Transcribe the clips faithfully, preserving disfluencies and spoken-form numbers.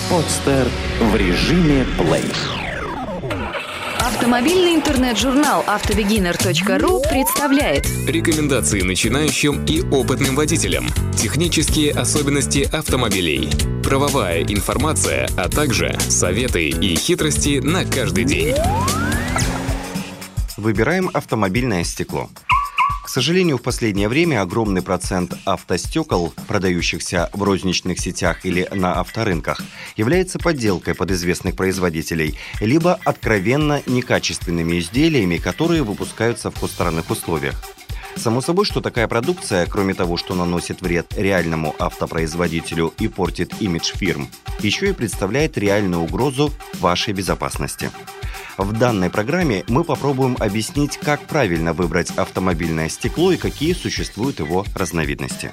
Подстер в режиме плей. Автомобильный интернет-журнал автобегинер точка ру представляет рекомендации начинающим и опытным водителям, технические особенности автомобилей, правовая информация, а также советы и хитрости на каждый день. Выбираем автомобильное стекло. К сожалению, в последнее время огромный процент автостекол, продающихся в розничных сетях или на авторынках, является подделкой под известных производителей, либо откровенно некачественными изделиями, которые выпускаются в двусторонних условиях. Само собой, что такая продукция, кроме того, что наносит вред реальному автопроизводителю и портит имидж фирм, еще и представляет реальную угрозу вашей безопасности. В данной программе мы попробуем объяснить, как правильно выбрать автомобильное стекло и какие существуют его разновидности.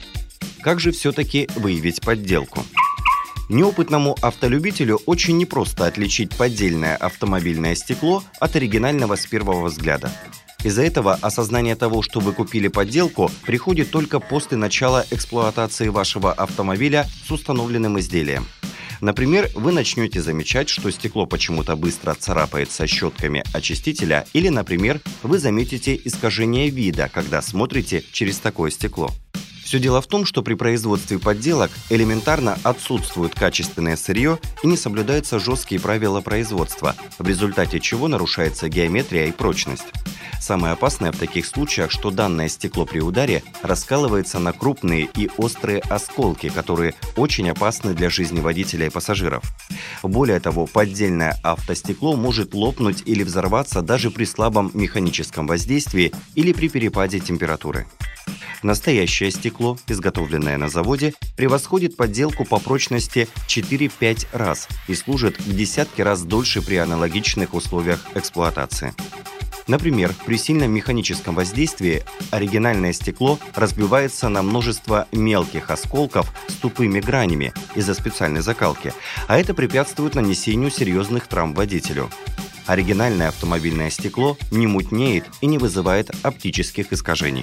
Как же все-таки выявить подделку? Неопытному автолюбителю очень непросто отличить поддельное автомобильное стекло от оригинального с первого взгляда. Из-за этого осознание того, что вы купили подделку, приходит только после начала эксплуатации вашего автомобиля с установленным изделием. Например, вы начнете замечать, что стекло почему-то быстро царапается щетками очистителя, или, например, вы заметите искажение вида, когда смотрите через такое стекло. Все дело в том, что при производстве подделок элементарно отсутствует качественное сырье и не соблюдаются жесткие правила производства, в результате чего нарушается геометрия и прочность. Самое опасное в таких случаях, что данное стекло при ударе раскалывается на крупные и острые осколки, которые очень опасны для жизни водителя и пассажиров. Более того, поддельное автостекло может лопнуть или взорваться даже при слабом механическом воздействии или при перепаде температуры. Настоящее стекло, изготовленное на заводе, превосходит подделку по прочности четыре-пять раз и служит в десятки раз дольше при аналогичных условиях эксплуатации. Например, при сильном механическом воздействии оригинальное стекло разбивается на множество мелких осколков с тупыми гранями из-за специальной закалки, а это препятствует нанесению серьезных травм водителю. Оригинальное автомобильное стекло не мутнеет и не вызывает оптических искажений.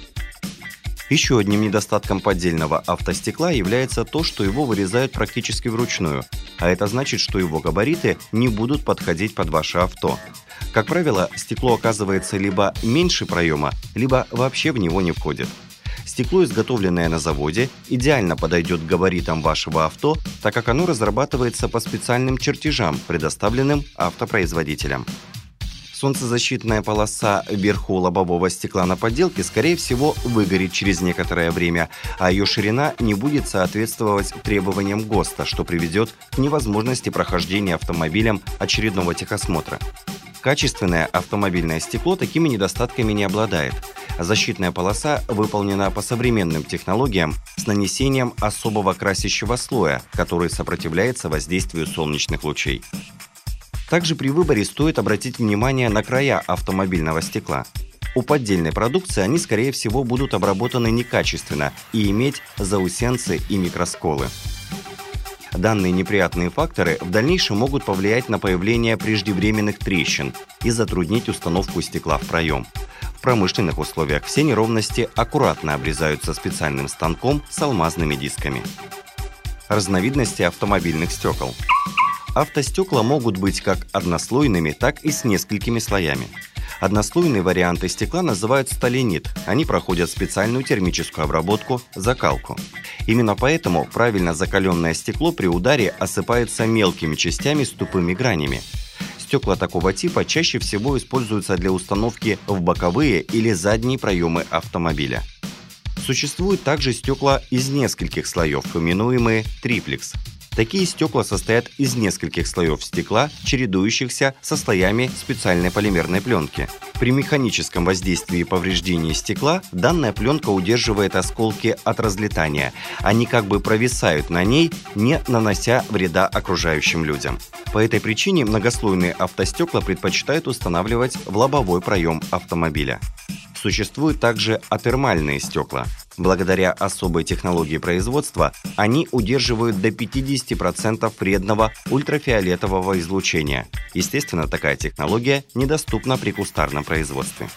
Еще одним недостатком поддельного автостекла является то, что его вырезают практически вручную, а это значит, что его габариты не будут подходить под ваше авто. Как правило, стекло оказывается либо меньше проема, либо вообще в него не входит. Стекло, изготовленное на заводе, идеально подойдет к габаритам вашего авто, так как оно разрабатывается по специальным чертежам, предоставленным автопроизводителям. Солнцезащитная полоса вверху лобового стекла на подделке, скорее всего, выгорит через некоторое время, а ее ширина не будет соответствовать требованиям ГОСТа, что приведет к невозможности прохождения автомобилем очередного техосмотра. Качественное автомобильное стекло такими недостатками не обладает. Защитная полоса выполнена по современным технологиям с нанесением особого красящего слоя, который сопротивляется воздействию солнечных лучей. Также при выборе стоит обратить внимание на края автомобильного стекла. У поддельной продукции они, скорее всего, будут обработаны некачественно и иметь заусенцы и микросколы. Данные неприятные факторы в дальнейшем могут повлиять на появление преждевременных трещин и затруднить установку стекла в проем. В промышленных условиях все неровности аккуратно обрезаются специальным станком с алмазными дисками. Разновидности автомобильных стекол. Автостекла могут быть как однослойными, так и с несколькими слоями. Однослойные варианты стекла называют сталинит. Они проходят специальную термическую обработку – закалку. Именно поэтому правильно закаленное стекло при ударе осыпается мелкими частями с тупыми гранями. Стекла такого типа чаще всего используются для установки в боковые или задние проемы автомобиля. Существуют также стекла из нескольких слоев, именуемые триплекс. Такие стекла состоят из нескольких слоев стекла, чередующихся со слоями специальной полимерной пленки. При механическом воздействии и повреждении стекла данная пленка удерживает осколки от разлетания. Они как бы провисают на ней, не нанося вреда окружающим людям. По этой причине многослойные автостекла предпочитают устанавливать в лобовой проем автомобиля. Существуют также атермальные стекла. Благодаря особой технологии производства они удерживают до пятидесяти процентов вредного ультрафиолетового излучения. Естественно, такая технология недоступна при кустарном производстве.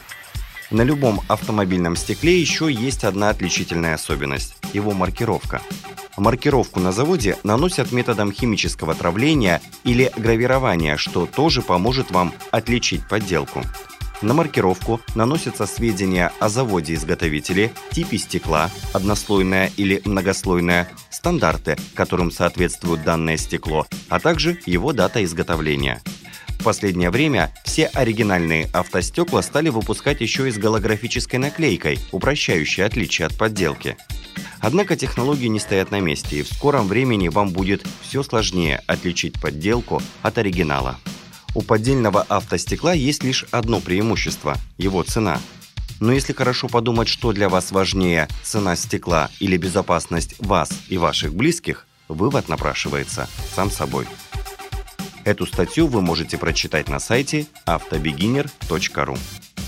На любом автомобильном стекле еще есть одна отличительная особенность – его маркировка. Маркировку на заводе наносят методом химического травления или гравирования, что тоже поможет вам отличить подделку. На маркировку наносятся сведения о заводе-изготовителе, типе стекла, однослойное или многослойное, стандарты, которым соответствует данное стекло, а также его дата изготовления. В последнее время все оригинальные автостекла стали выпускать еще и с голографической наклейкой, упрощающей отличие от подделки. Однако технологии не стоят на месте, и в скором времени вам будет все сложнее отличить подделку от оригинала. У поддельного автостекла есть лишь одно преимущество – его цена. Но если хорошо подумать, что для вас важнее – цена стекла или безопасность вас и ваших близких, вывод напрашивается сам собой. Эту статью вы можете прочитать на сайте автобегинер точка ру.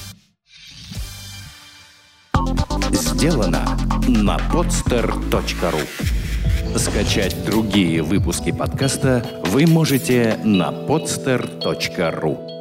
Сделано на подстер точка ру. Скачать другие выпуски подкаста вы можете на подстер точка ру.